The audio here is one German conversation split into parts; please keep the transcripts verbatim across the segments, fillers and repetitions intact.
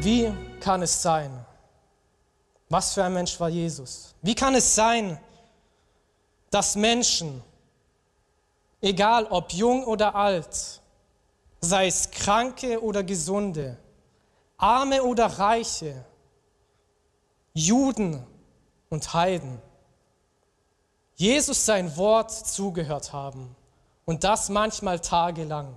Wie kann es sein? Was für ein Mensch war Jesus? Wie kann es sein, dass Menschen, egal ob jung oder alt, sei es Kranke oder Gesunde, Arme oder Reiche, Juden und Heiden, Jesus sein Wort zugehört haben und das manchmal tagelang.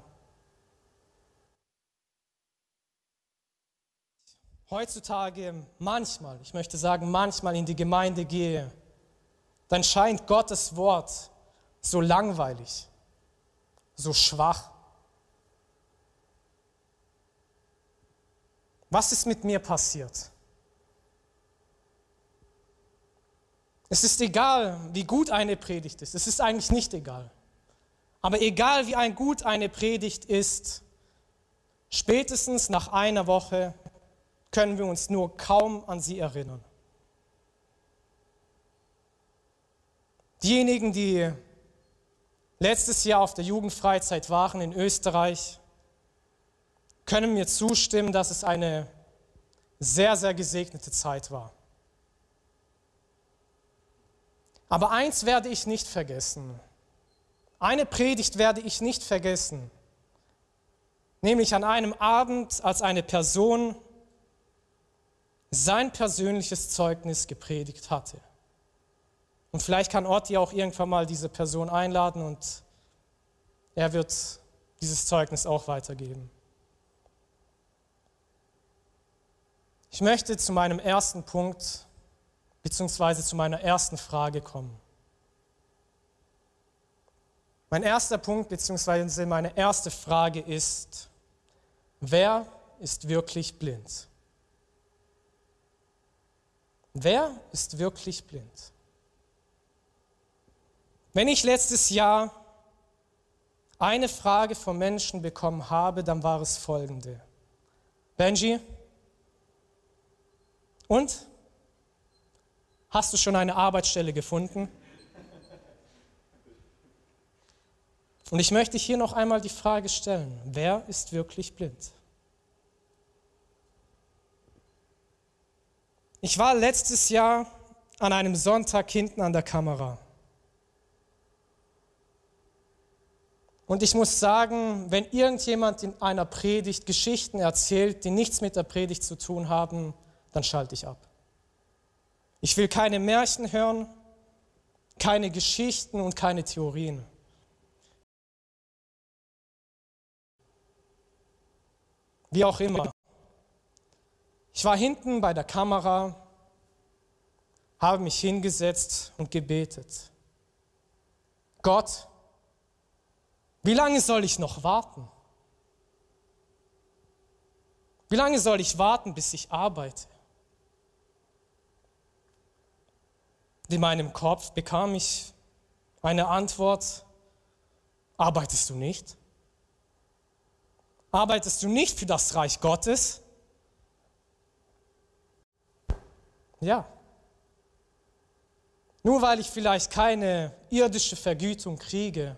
Heutzutage manchmal, ich möchte sagen manchmal in die Gemeinde gehe, dann scheint Gottes Wort so langweilig, so schwach. Was ist mit mir passiert? Es ist egal, wie gut eine Predigt ist. Es ist eigentlich nicht egal. Aber egal, wie ein gut eine Predigt ist, spätestens nach einer Woche können wir uns nur kaum an sie erinnern. Diejenigen, die letztes Jahr auf der Jugendfreizeit waren in Österreich, können mir zustimmen, dass es eine sehr, sehr gesegnete Zeit war. Aber eins werde ich nicht vergessen. Eine Predigt werde ich nicht vergessen. Nämlich an einem Abend, als eine Person sein persönliches Zeugnis gepredigt hatte. Und vielleicht kann Otti auch irgendwann mal diese Person einladen und er wird dieses Zeugnis auch weitergeben. Ich möchte zu meinem ersten Punkt beziehungsweise zu meiner ersten Frage kommen. Mein erster Punkt beziehungsweise meine erste Frage ist: Wer ist wirklich blind? Wer ist wirklich blind? Wenn ich letztes Jahr eine Frage von Menschen bekommen habe, dann war es folgende: Benji, und? Hast du schon eine Arbeitsstelle gefunden? Und ich möchte hier noch einmal die Frage stellen: Wer ist wirklich blind? Ich war letztes Jahr an einem Sonntag hinten an der Kamera. Und ich muss sagen, wenn irgendjemand in einer Predigt Geschichten erzählt, die nichts mit der Predigt zu tun haben, dann schalte ich ab. Ich will keine Märchen hören, keine Geschichten und keine Theorien. Wie auch immer. Ich war hinten bei der Kamera, habe mich hingesetzt und gebetet. Gott, wie lange soll ich noch warten? Wie lange soll ich warten, bis ich arbeite? In meinem Kopf bekam ich eine Antwort: Arbeitest du nicht? Arbeitest du nicht für das Reich Gottes? Ja. Nur weil ich vielleicht keine irdische Vergütung kriege,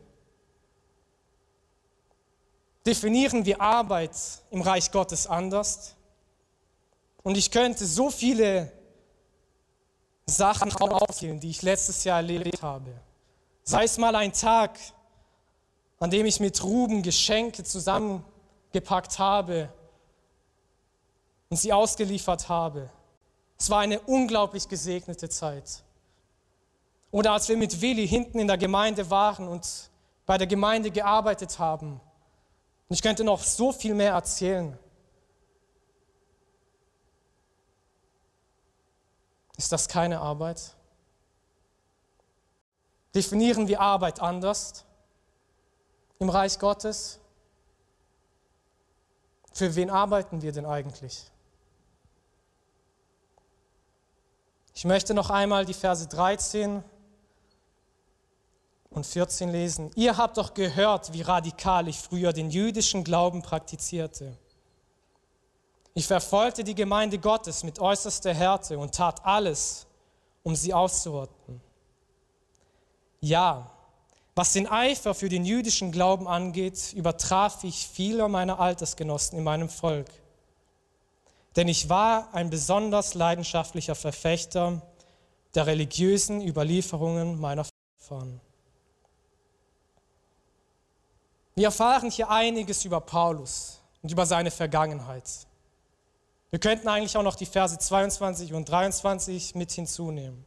definieren wir Arbeit im Reich Gottes anders. Und ich könnte so viele Sachen aufzählen, die ich letztes Jahr erlebt habe. Sei es mal ein Tag, an dem ich mit Ruben Geschenke zusammengepackt habe und sie ausgeliefert habe. Es war eine unglaublich gesegnete Zeit. Oder als wir mit Willi hinten in der Gemeinde waren und bei der Gemeinde gearbeitet haben. Und ich könnte noch so viel mehr erzählen. Ist das keine Arbeit? Definieren wir Arbeit anders im Reich Gottes? Für wen arbeiten wir denn eigentlich? Ich möchte noch einmal die Verse dreizehn und vierzehn lesen. Ihr habt doch gehört, wie radikal ich früher den jüdischen Glauben praktizierte. Ich verfolgte die Gemeinde Gottes mit äußerster Härte und tat alles, um sie auszurotten. Ja, was den Eifer für den jüdischen Glauben angeht, übertraf ich viele meiner Altersgenossen in meinem Volk. denn ich war ein besonders leidenschaftlicher Verfechter der religiösen Überlieferungen meiner Vorfahren. Wir erfahren hier einiges über Paulus und über seine Vergangenheit. Wir könnten eigentlich auch noch die Verse zweiundzwanzig und dreiundzwanzig mit hinzunehmen.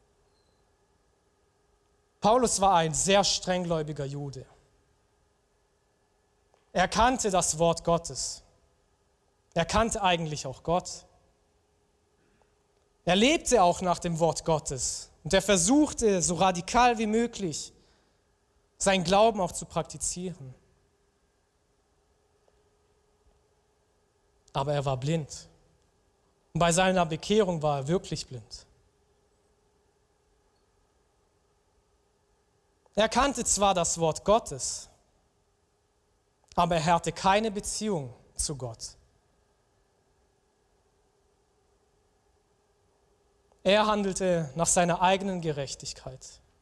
Paulus war ein sehr strenggläubiger Jude. Er kannte das Wort Gottes. Er kannte eigentlich auch Gott. Er lebte auch nach dem Wort Gottes und er versuchte, so radikal wie möglich, seinen Glauben auch zu praktizieren. Aber er war blind. Und bei seiner Bekehrung war er wirklich blind. Er kannte zwar das Wort Gottes, aber er hatte keine Beziehung zu Gott. Er handelte nach seiner eigenen Gerechtigkeit.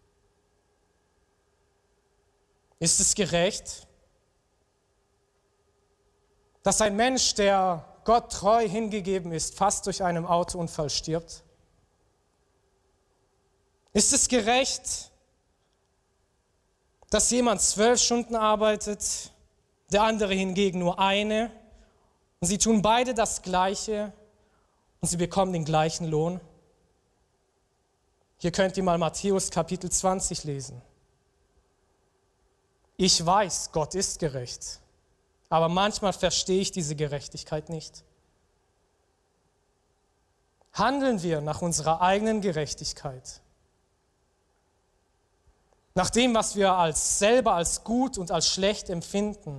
Ist es gerecht, dass ein Mensch, der Gott treu hingegeben ist, fast durch einen Autounfall stirbt? Ist es gerecht, dass jemand zwölf Stunden arbeitet, der andere hingegen nur eine, und sie tun beide das Gleiche und sie bekommen den gleichen Lohn? Hier könnt ihr mal Matthäus Kapitel zwanzig lesen. Ich weiß, Gott ist gerecht, aber manchmal verstehe ich diese Gerechtigkeit nicht. Handeln wir nach unserer eigenen Gerechtigkeit, nach dem, was wir als selber als gut und als schlecht empfinden,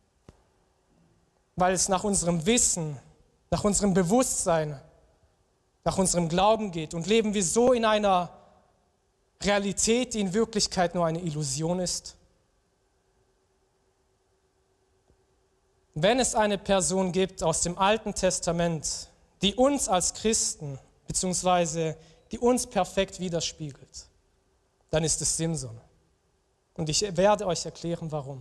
weil es nach unserem Wissen, nach unserem Bewusstsein, nach unserem Glauben geht, und leben wir so in einer Realität, die in Wirklichkeit nur eine Illusion ist? Wenn es eine Person gibt aus dem Alten Testament, die uns als Christen, beziehungsweise die uns perfekt widerspiegelt, dann ist es Simson. Und ich werde euch erklären, warum.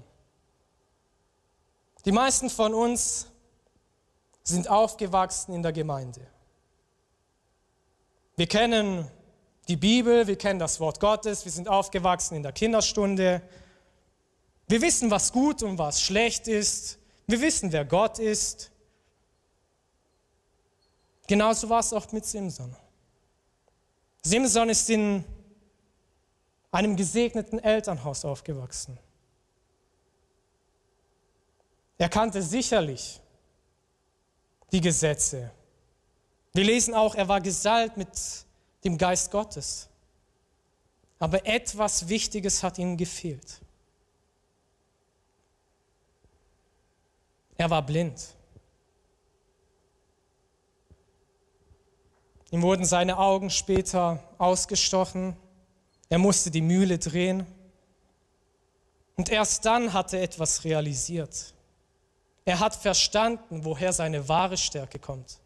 Die meisten von uns sind aufgewachsen in der Gemeinde. Wir kennen die Bibel, wir kennen das Wort Gottes, wir sind aufgewachsen in der Kinderstunde. Wir wissen, was gut und was schlecht ist. Wir wissen, wer Gott ist. Genauso war es auch mit Simson. Simson ist in einem gesegneten Elternhaus aufgewachsen. Er kannte sicherlich die Gesetze. Wir lesen auch, er war gesalbt mit dem Geist Gottes. Aber etwas Wichtiges hat ihm gefehlt. Er war blind. Ihm wurden seine Augen später ausgestochen. Er musste die Mühle drehen. Und erst dann hat er etwas realisiert. Er hat verstanden, woher seine wahre Stärke kommt.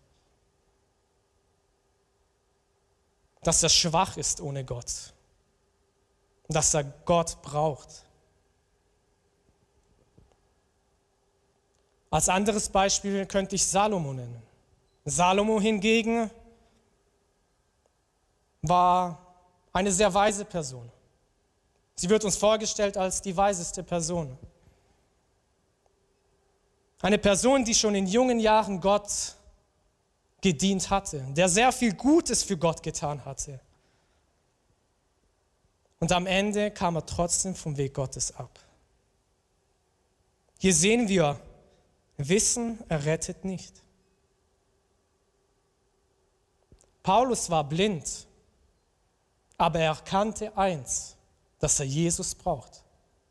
Dass er schwach ist ohne Gott. Dass er Gott braucht. Als anderes Beispiel könnte ich Salomo nennen. Salomo hingegen war eine sehr weise Person. Sie wird uns vorgestellt als die weiseste Person. Eine Person, die schon in jungen Jahren Gott gedient hatte, der sehr viel Gutes für Gott getan hatte. Und am Ende kam er trotzdem vom Weg Gottes ab. Hier sehen wir, Wissen errettet nicht. Paulus war blind, aber er erkannte eins, dass er Jesus braucht.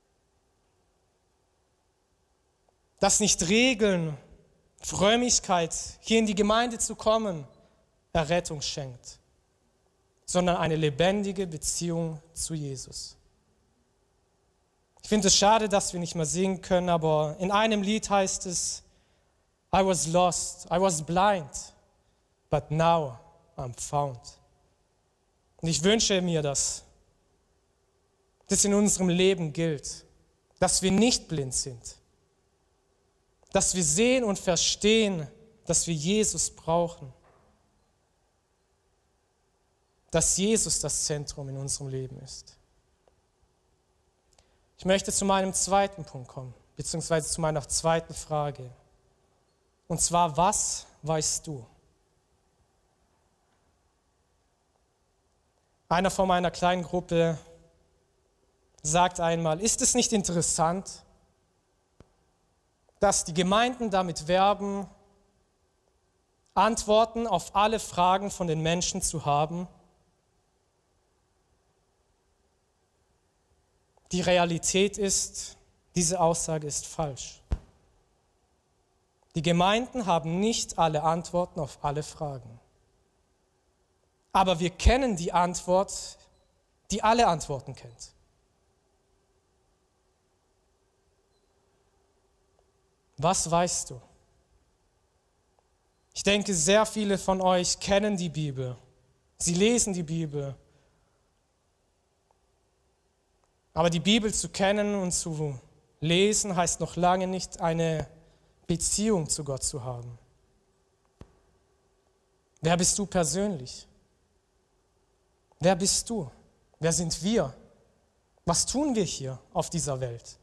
Dass nicht Regeln, Frömmigkeit, hier in die Gemeinde zu kommen, Errettung schenkt, sondern eine lebendige Beziehung zu Jesus. Ich finde es schade, dass wir nicht mehr singen können, aber in einem Lied heißt es, I was lost, I was blind, but now I'm found. Und ich wünsche mir, dass das in unserem Leben gilt, dass wir nicht blind sind, dass wir sehen und verstehen, dass wir Jesus brauchen. Dass Jesus das Zentrum in unserem Leben ist. Ich möchte zu meinem zweiten Punkt kommen, beziehungsweise zu meiner zweiten Frage. Und zwar, was weißt du? Einer von meiner kleinen Gruppe sagt einmal, ist es nicht interessant, dass die Gemeinden damit werben, Antworten auf alle Fragen von den Menschen zu haben? Die Realität ist, diese Aussage ist falsch. Die Gemeinden haben nicht alle Antworten auf alle Fragen. Aber wir kennen die Antwort, die alle Antworten kennt. Was weißt du? Ich denke, sehr viele von euch kennen die Bibel. Sie lesen die Bibel. Aber die Bibel zu kennen und zu lesen, heißt noch lange nicht, eine Beziehung zu Gott zu haben. Wer bist du persönlich? Wer bist du? Wer sind wir? Was tun wir hier auf dieser Welt?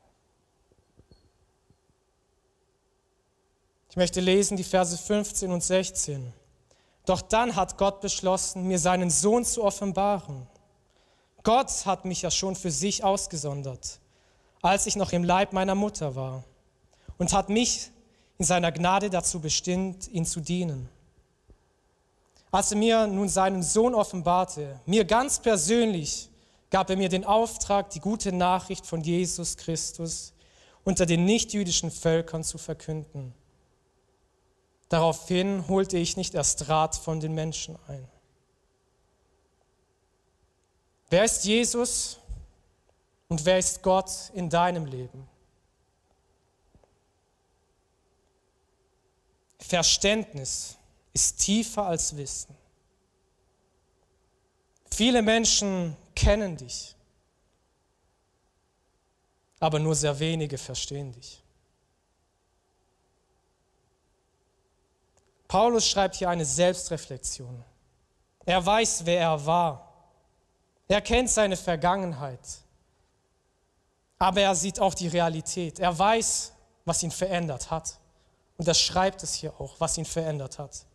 Ich möchte lesen die Verse fünfzehn und sechzehn. Doch dann hat Gott beschlossen, mir seinen Sohn zu offenbaren. Gott hat mich ja schon für sich ausgesondert, als ich noch im Leib meiner Mutter war, und hat mich in seiner Gnade dazu bestimmt, ihn zu dienen. Als er mir nun seinen Sohn offenbarte, mir ganz persönlich, gab er mir den Auftrag, die gute Nachricht von Jesus Christus unter den nichtjüdischen Völkern zu verkünden. Daraufhin holte ich nicht erst Rat von den Menschen ein. Wer ist Jesus und wer ist Gott in deinem Leben? Verständnis ist tiefer als Wissen. Viele Menschen kennen dich, aber nur sehr wenige verstehen dich. Paulus schreibt hier eine Selbstreflexion. Er weiß, wer er war. Er kennt seine Vergangenheit, aber er sieht auch die Realität. Er weiß, was ihn verändert hat. Und er schreibt es hier auch, was ihn verändert hat.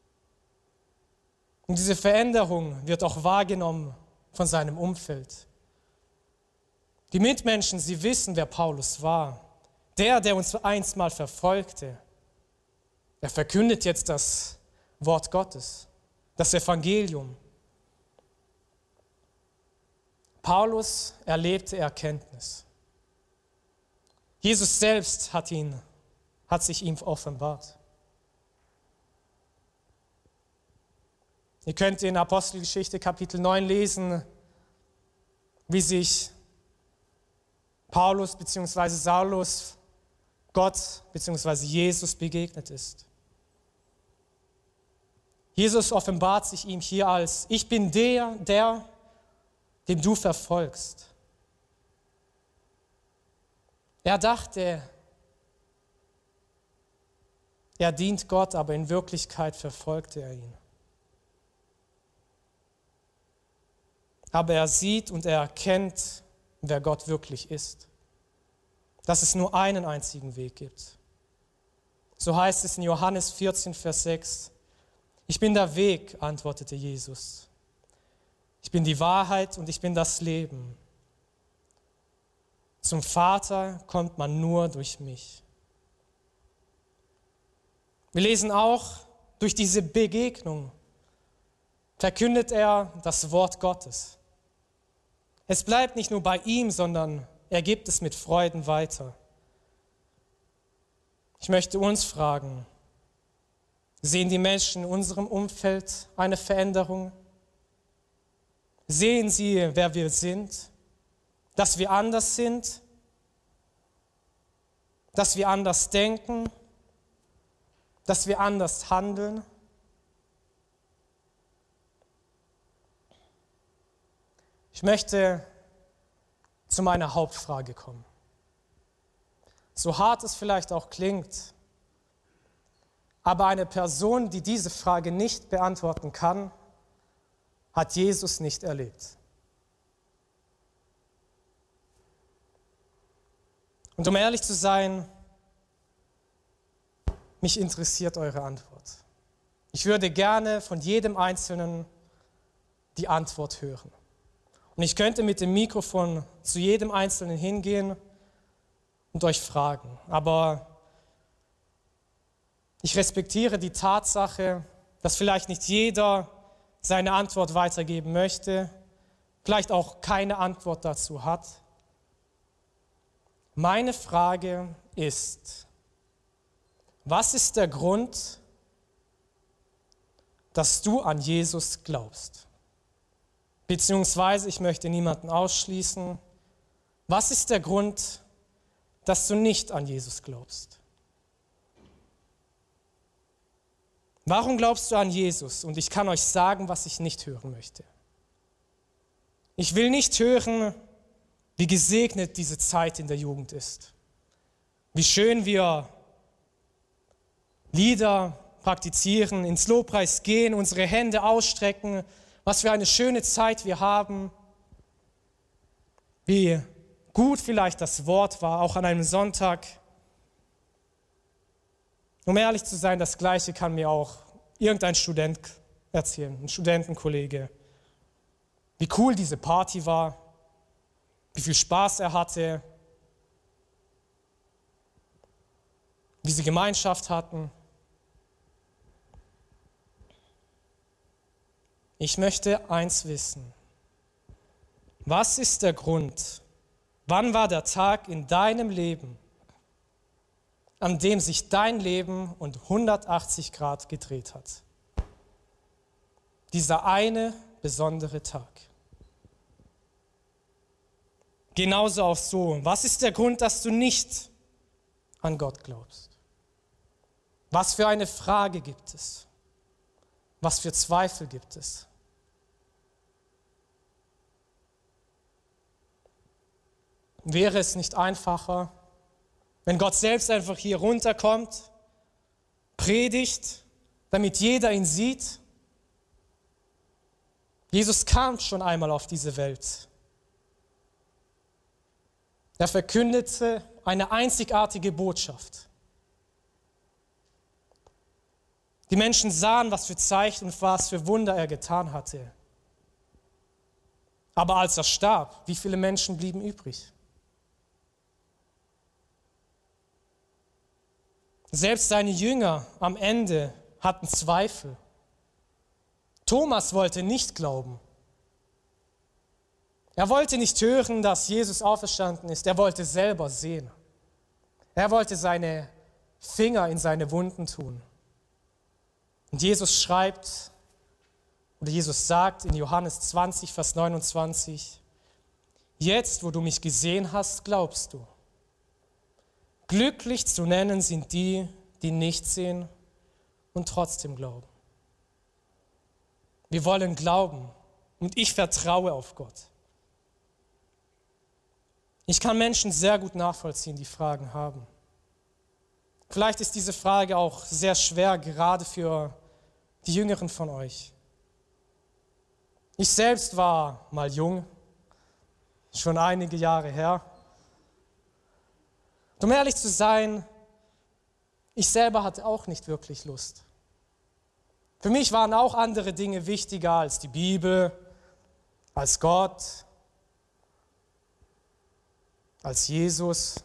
Und diese Veränderung wird auch wahrgenommen von seinem Umfeld. Die Mitmenschen, sie wissen, wer Paulus war. Der, der uns einst mal verfolgte. Er verkündet jetzt das Wort Gottes, das Evangelium. Paulus erlebte Erkenntnis. Jesus selbst hat ihn, hat sich ihm offenbart. Ihr könnt in Apostelgeschichte Kapitel neun lesen, wie sich Paulus bzw. Saulus Gott bzw. Jesus begegnet ist. Jesus offenbart sich ihm hier als: Ich bin der, der, dem du verfolgst. Er dachte, er dient Gott, aber in Wirklichkeit verfolgte er ihn. Aber er sieht und er erkennt, wer Gott wirklich ist. Dass es nur einen einzigen Weg gibt. So heißt es in Johannes vierzehn, Vers sechs. Ich bin der Weg, antwortete Jesus. Ich bin die Wahrheit und ich bin das Leben. Zum Vater kommt man nur durch mich. Wir lesen auch, durch diese Begegnung verkündet er das Wort Gottes. Es bleibt nicht nur bei ihm, sondern er gibt es mit Freuden weiter. Ich möchte uns fragen, sehen die Menschen in unserem Umfeld eine Veränderung? Sehen sie, wer wir sind? Dass wir anders sind? Dass wir anders denken? Dass wir anders handeln? Ich möchte zu meiner Hauptfrage kommen. So hart es vielleicht auch klingt, Aber eine Person, die diese Frage nicht beantworten kann, hat Jesus nicht erlebt. Und um ehrlich zu sein, mich interessiert eure Antwort. Ich würde gerne von jedem Einzelnen die Antwort hören. Und ich könnte mit dem Mikrofon zu jedem Einzelnen hingehen und euch fragen. Aber ich respektiere die Tatsache, dass vielleicht nicht jeder seine Antwort weitergeben möchte, vielleicht auch keine Antwort dazu hat. Meine Frage ist, was ist der Grund, dass du an Jesus glaubst? Beziehungsweise, ich möchte niemanden ausschließen, was ist der Grund, dass du nicht an Jesus glaubst? Warum glaubst du an Jesus? Und ich kann euch sagen, was ich nicht hören möchte. Ich will nicht hören, wie gesegnet diese Zeit in der Jugend ist. Wie schön wir Lieder praktizieren, ins Lobpreis gehen, unsere Hände ausstrecken, was für eine schöne Zeit wir haben. Wie gut vielleicht das Wort war, auch an einem Sonntag. Um ehrlich zu sein, das Gleiche kann mir auch irgendein Student erzählen, ein Studentenkollege. Wie cool diese Party war, wie viel Spaß er hatte, wie sie Gemeinschaft hatten. Ich möchte eins wissen. Was ist der Grund? Wann war der Tag in deinem Leben, an dem sich dein Leben um hundertachtzig Grad gedreht hat? Dieser eine besondere Tag. Genauso auch so. Was ist der Grund, dass du nicht an Gott glaubst? Was für eine Frage gibt es? Was für Zweifel gibt es? Wäre es nicht einfacher, wenn Gott selbst einfach hier runterkommt, predigt, damit jeder ihn sieht? Jesus kam schon einmal auf diese Welt. Er verkündete eine einzigartige Botschaft. Die Menschen sahen, was für Zeichen und was für Wunder er getan hatte. Aber als er starb, wie viele Menschen blieben übrig? Selbst seine Jünger am Ende hatten Zweifel. Thomas wollte nicht glauben. Er wollte nicht hören, dass Jesus auferstanden ist. Er wollte selber sehen. Er wollte seine Finger in seine Wunden tun. Und Jesus schreibt, oder Jesus sagt in Johannes zwanzig, Vers neunundzwanzig, jetzt, wo du mich gesehen hast, glaubst du. Glücklich zu nennen sind die, die nicht sehen und trotzdem glauben. Wir wollen glauben und ich vertraue auf Gott. Ich kann Menschen sehr gut nachvollziehen, die Fragen haben. Vielleicht ist diese Frage auch sehr schwer, gerade für die Jüngeren von euch. Ich selbst war mal jung, schon einige Jahre her. Um ehrlich zu sein, ich selber hatte auch nicht wirklich Lust. Für mich waren auch andere Dinge wichtiger als die Bibel, als Gott, als Jesus.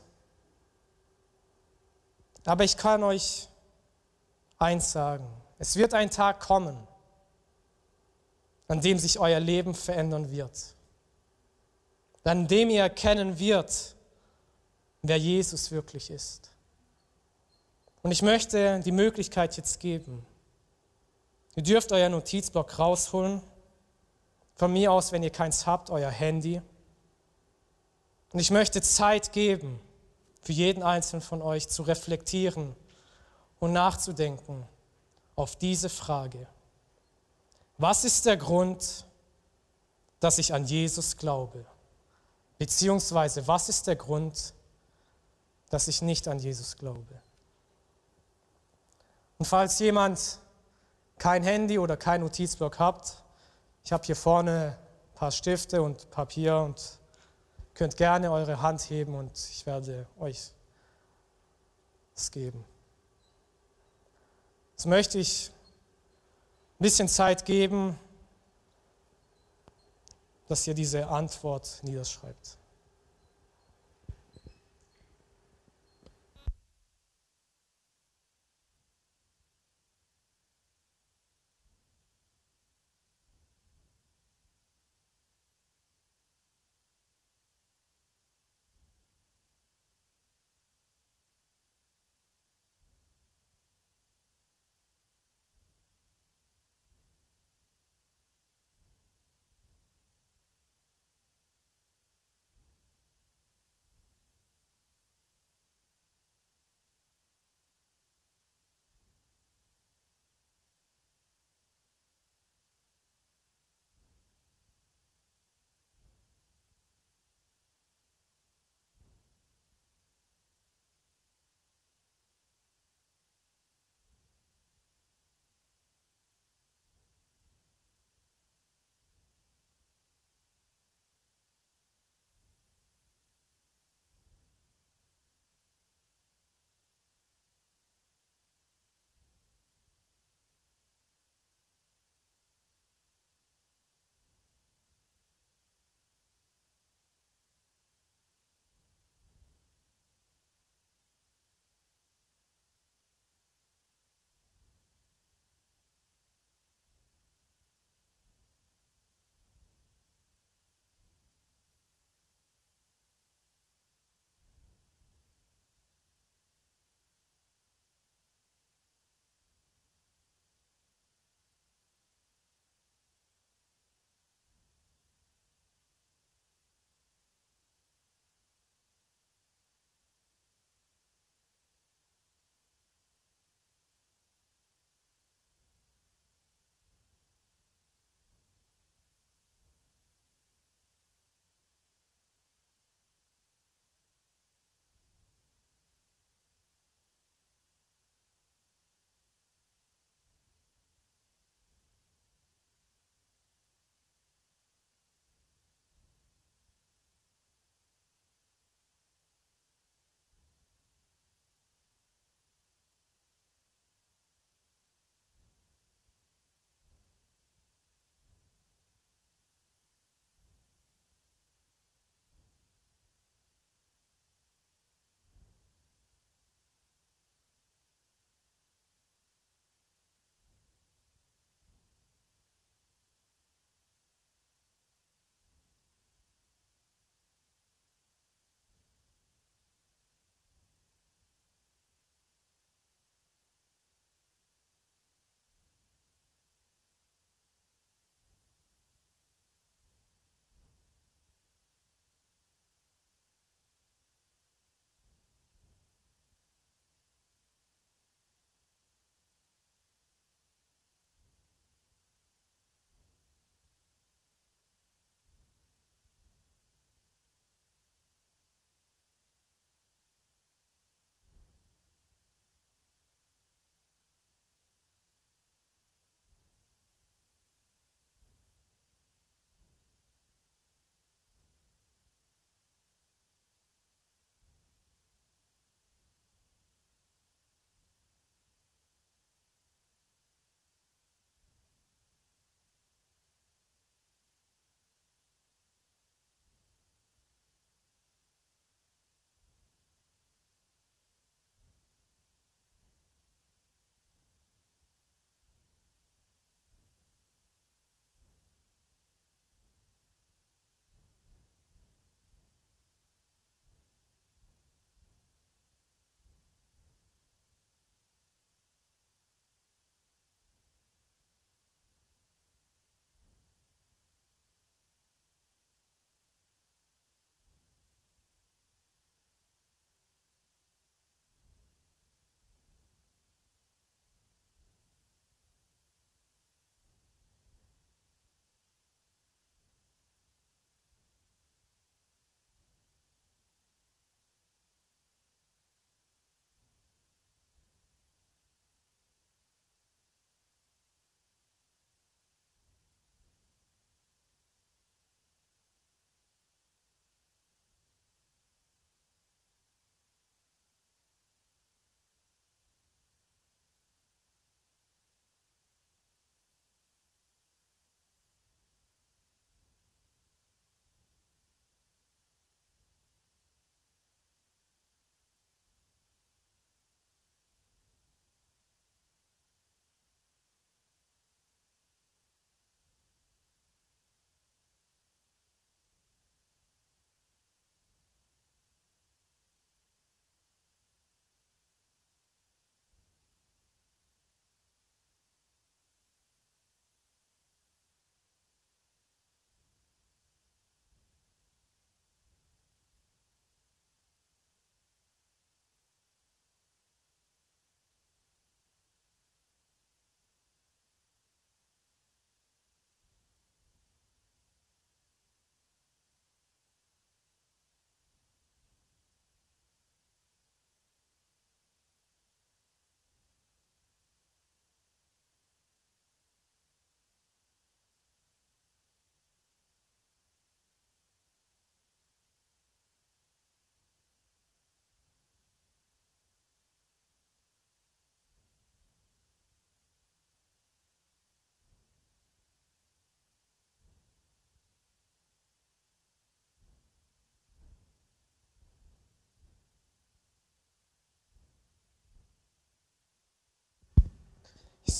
Aber ich kann euch eins sagen, es wird ein Tag kommen, an dem sich euer Leben verändern wird. An dem ihr erkennen wird, wer Jesus wirklich ist. Und ich möchte die Möglichkeit jetzt geben. Ihr dürft euer Notizblock rausholen. Von mir aus, wenn ihr keins habt, euer Handy. Und ich möchte Zeit geben, für jeden Einzelnen von euch zu reflektieren und nachzudenken auf diese Frage. Was ist der Grund, dass ich an Jesus glaube? Beziehungsweise, was ist der Grund, dass ich nicht an Jesus glaube? Und falls jemand kein Handy oder kein Notizblock habt, ich habe hier vorne ein paar Stifte und Papier und könnt gerne eure Hand heben und ich werde euch es geben. Jetzt möchte ich ein bisschen Zeit geben, dass ihr diese Antwort niederschreibt.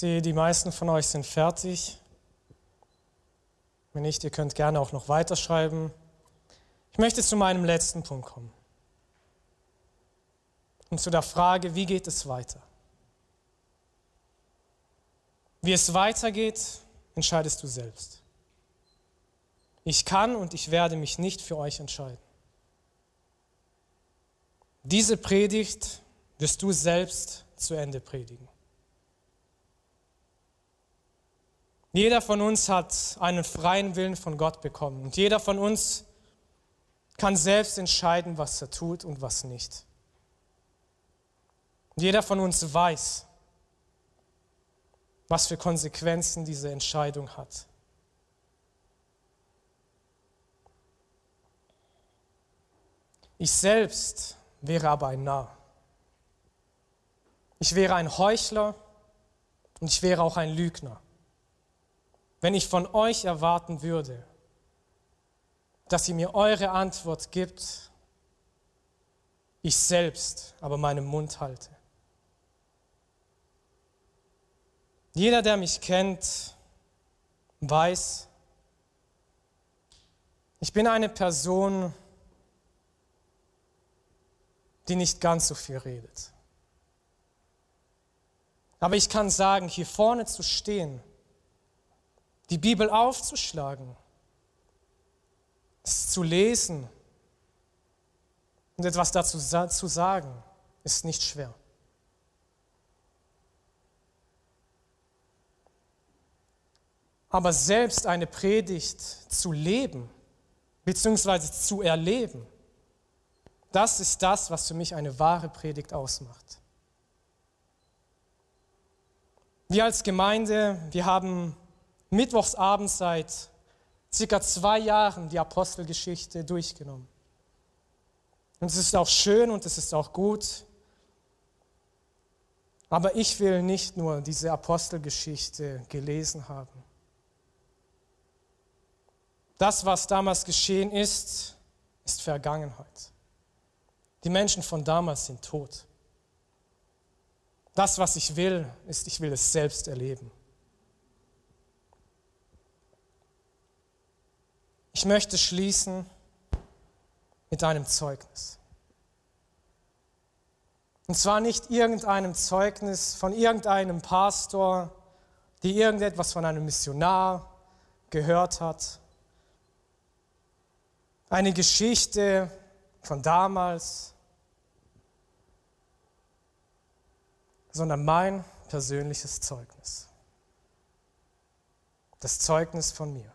sehe, die meisten von euch sind fertig. Wenn nicht, ihr könnt gerne auch noch weiterschreiben. Ich möchte zu meinem letzten Punkt kommen. Und zu der Frage, wie geht es weiter? Wie es weitergeht, entscheidest du selbst. Ich kann und ich werde mich nicht für euch entscheiden. Diese Predigt wirst du selbst zu Ende predigen. Jeder von uns hat einen freien Willen von Gott bekommen und jeder von uns kann selbst entscheiden, was er tut und was nicht. Und jeder von uns weiß, was für Konsequenzen diese Entscheidung hat. Ich selbst wäre aber ein Narr. Ich wäre ein Heuchler und ich wäre auch ein Lügner, wenn ich von euch erwarten würde, dass ihr mir eure Antwort gibt, ich selbst aber meinen Mund halte. Jeder, der mich kennt, weiß, ich bin eine Person, die nicht ganz so viel redet. Aber ich kann sagen, hier vorne zu stehen, die Bibel aufzuschlagen, es zu lesen und etwas dazu zu sagen, ist nicht schwer. Aber selbst eine Predigt zu leben, beziehungsweise zu erleben, das ist das, was für mich eine wahre Predigt ausmacht. Wir als Gemeinde, wir haben mittwochsabends seit circa zwei Jahren die Apostelgeschichte durchgenommen. Und es ist auch schön und es ist auch gut. Aber ich will nicht nur diese Apostelgeschichte gelesen haben. Das, was damals geschehen ist, ist Vergangenheit. Die Menschen von damals sind tot. Das, was ich will, ist, ich will es selbst erleben. Ich möchte schließen mit einem Zeugnis. Und zwar nicht irgendeinem Zeugnis von irgendeinem Pastor, der irgendetwas von einem Missionar gehört hat. Eine Geschichte von damals, sondern mein persönliches Zeugnis. Das Zeugnis von mir.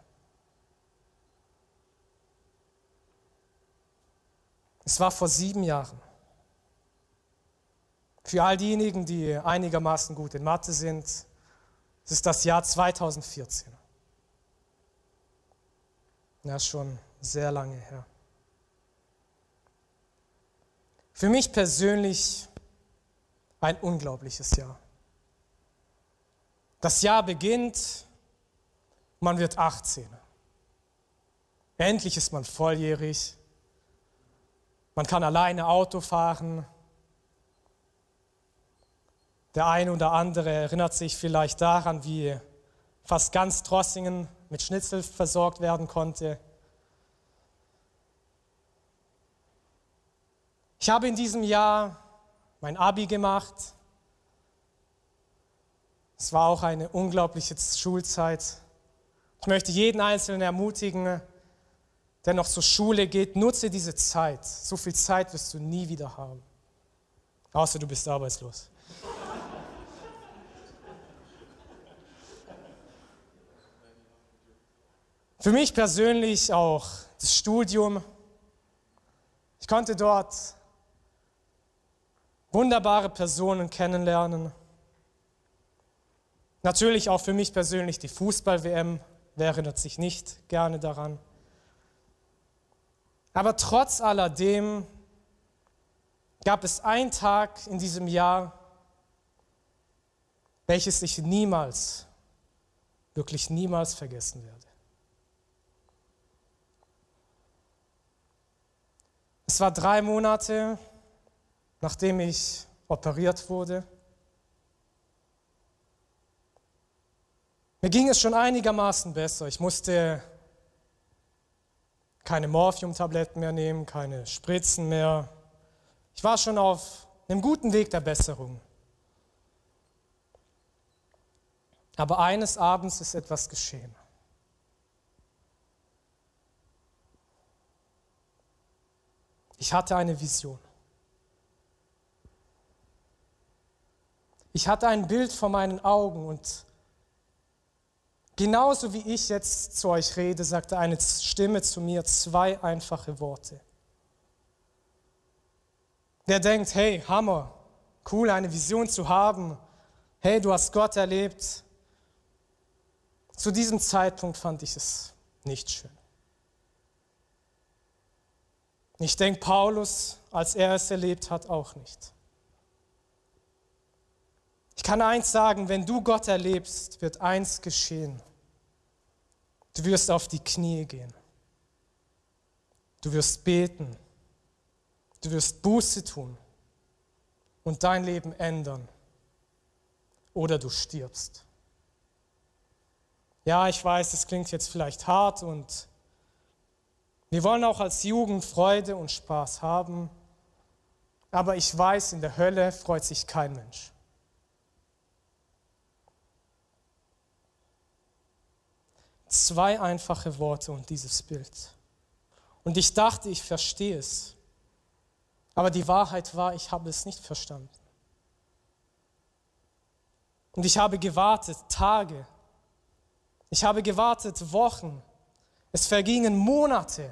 Es war vor sieben Jahren. Für all diejenigen, die einigermaßen gut in Mathe sind, es ist das Jahr zweitausendvierzehn. Ja, schon sehr lange her. Für mich persönlich ein unglaubliches Jahr. Das Jahr beginnt, man wird achtzehn. Endlich ist man volljährig. Man kann alleine Auto fahren. Der eine oder andere erinnert sich vielleicht daran, wie fast ganz Trossingen mit Schnitzel versorgt werden konnte. Ich habe in diesem Jahr mein Abi gemacht. Es war auch eine unglaubliche Schulzeit. Ich möchte jeden Einzelnen ermutigen, der noch zur Schule geht, nutze diese Zeit. So viel Zeit wirst du nie wieder haben. Außer du bist arbeitslos. Für mich persönlich auch das Studium. Ich konnte dort wunderbare Personen kennenlernen. Natürlich auch für mich persönlich die Fußball-W M. Wer erinnert sich nicht gerne daran? Aber trotz alledem gab es einen Tag in diesem Jahr, welches ich niemals, wirklich niemals vergessen werde. Es war drei Monate, nachdem ich operiert wurde. Mir ging es schon einigermaßen besser. Ich musste keine Morphiumtabletten mehr nehmen, keine Spritzen mehr. Ich war schon auf einem guten Weg der Besserung. Aber eines Abends ist etwas geschehen. Ich hatte eine Vision. Ich hatte ein Bild vor meinen Augen und genauso wie ich jetzt zu euch rede, sagte eine Stimme zu mir zwei einfache Worte. Wer denkt, hey, Hammer, cool, eine Vision zu haben, hey, du hast Gott erlebt. Zu diesem Zeitpunkt fand ich es nicht schön. Ich denke, Paulus, als er es erlebt hat, auch nicht. Ich kann eins sagen, wenn du Gott erlebst, wird eins geschehen. Du wirst auf die Knie gehen. Du wirst beten. Du wirst Buße tun und dein Leben ändern. Oder du stirbst. Ja, ich weiß, das klingt jetzt vielleicht hart und wir wollen auch als Jugend Freude und Spaß haben, aber ich weiß, in der Hölle freut sich kein Mensch. Zwei einfache Worte und dieses Bild. Und ich dachte, ich verstehe es. Aber die Wahrheit war, ich habe es nicht verstanden. Und ich habe gewartet, Tage. Ich habe gewartet, Wochen. Es vergingen Monate.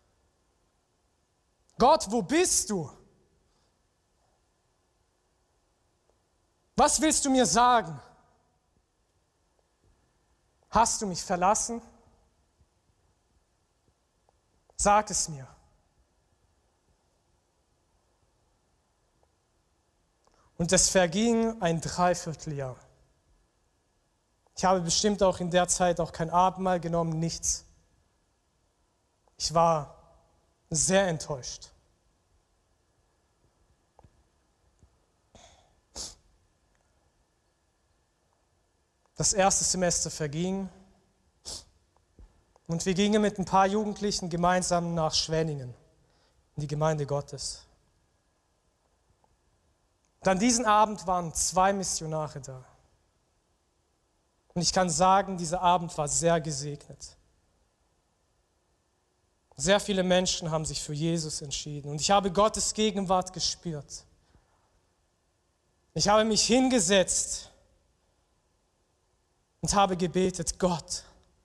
Gott, wo bist du? Was willst du mir sagen? Hast du mich verlassen? Sag es mir. Und es verging ein Dreivierteljahr. Ich habe bestimmt auch in der Zeit auch kein Abendmahl genommen, nichts. Ich war sehr enttäuscht. Das erste Semester verging und wir gingen mit ein paar Jugendlichen gemeinsam nach Schwenningen, in die Gemeinde Gottes. Und an diesem Abend waren zwei Missionare da. Und ich kann sagen, dieser Abend war sehr gesegnet. Sehr viele Menschen haben sich für Jesus entschieden und ich habe Gottes Gegenwart gespürt. Ich habe mich hingesetzt und habe gebetet, Gott,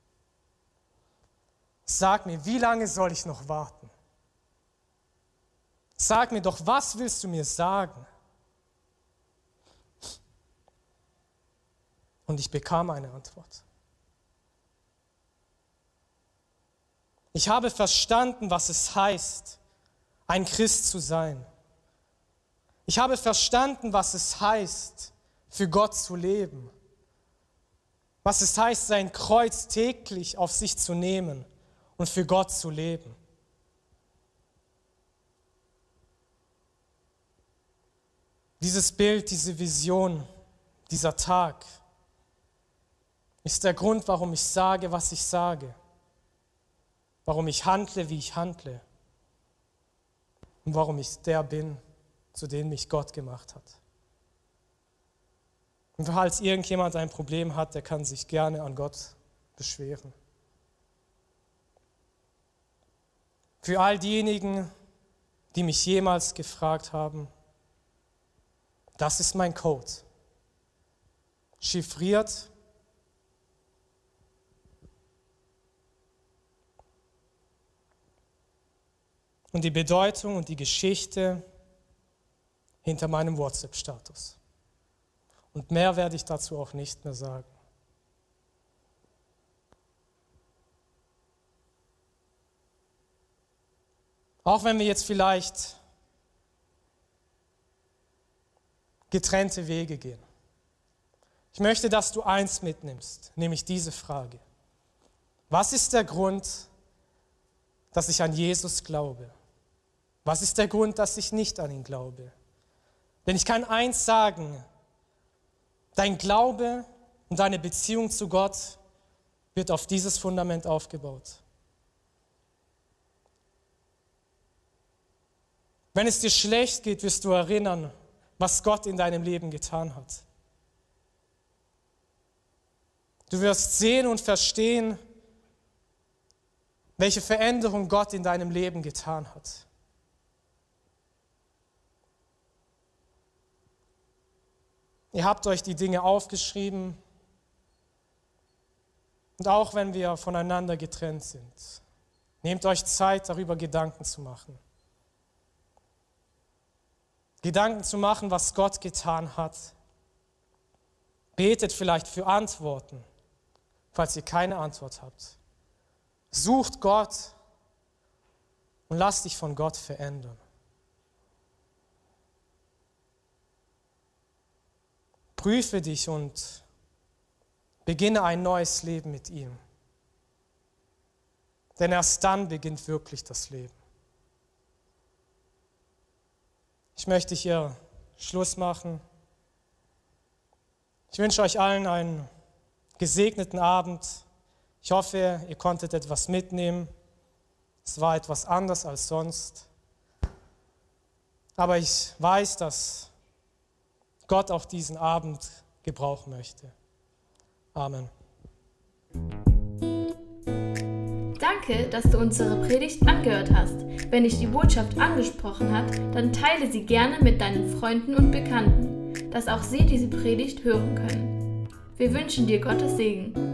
sag mir, wie lange soll ich noch warten? Sag mir doch, was willst du mir sagen? Und ich bekam eine Antwort. Ich habe verstanden, was es heißt, ein Christ zu sein. Ich habe verstanden, was es heißt, für Gott zu leben. Was es heißt, sein Kreuz täglich auf sich zu nehmen und für Gott zu leben. Dieses Bild, diese Vision, dieser Tag ist der Grund, warum ich sage, was ich sage. Warum ich handle, wie ich handle. Und warum ich der bin, zu dem mich Gott gemacht hat. Und falls irgendjemand ein Problem hat, der kann sich gerne an Gott beschweren. Für all diejenigen, die mich jemals gefragt haben, das ist mein Code. Chiffriert. Und die Bedeutung und die Geschichte hinter meinem WhatsApp-Status. Und mehr werde ich dazu auch nicht mehr sagen. Auch wenn wir jetzt vielleicht getrennte Wege gehen. Ich möchte, dass du eins mitnimmst, nämlich diese Frage. Was ist der Grund, dass ich an Jesus glaube? Was ist der Grund, dass ich nicht an ihn glaube? Denn ich kann eins sagen, dein Glaube Und deine Beziehung zu Gott wird auf dieses Fundament aufgebaut. Wenn es dir schlecht geht, wirst du erinnern, was Gott in deinem Leben getan hat. Du wirst sehen und verstehen, welche Veränderung Gott in deinem Leben getan hat. Ihr habt euch die Dinge aufgeschrieben. Und auch wenn wir voneinander getrennt sind, nehmt euch Zeit, darüber Gedanken zu machen. Gedanken zu machen, was Gott getan hat. Betet vielleicht für Antworten, falls ihr keine Antwort habt. Sucht Gott und lasst dich von Gott verändern. Prüfe dich und beginne ein neues Leben mit ihm. Denn erst dann beginnt wirklich das Leben. Ich möchte hier Schluss machen. Ich wünsche euch allen einen gesegneten Abend. Ich hoffe, ihr konntet etwas mitnehmen. Es war etwas anders als sonst. Aber ich weiß, dass Gott auch diesen Abend gebrauchen möchte. Amen. Danke, dass du unsere Predigt angehört hast. Wenn dich die Botschaft angesprochen hat, dann teile sie gerne mit deinen Freunden und Bekannten, dass auch sie diese Predigt hören können. Wir wünschen dir Gottes Segen.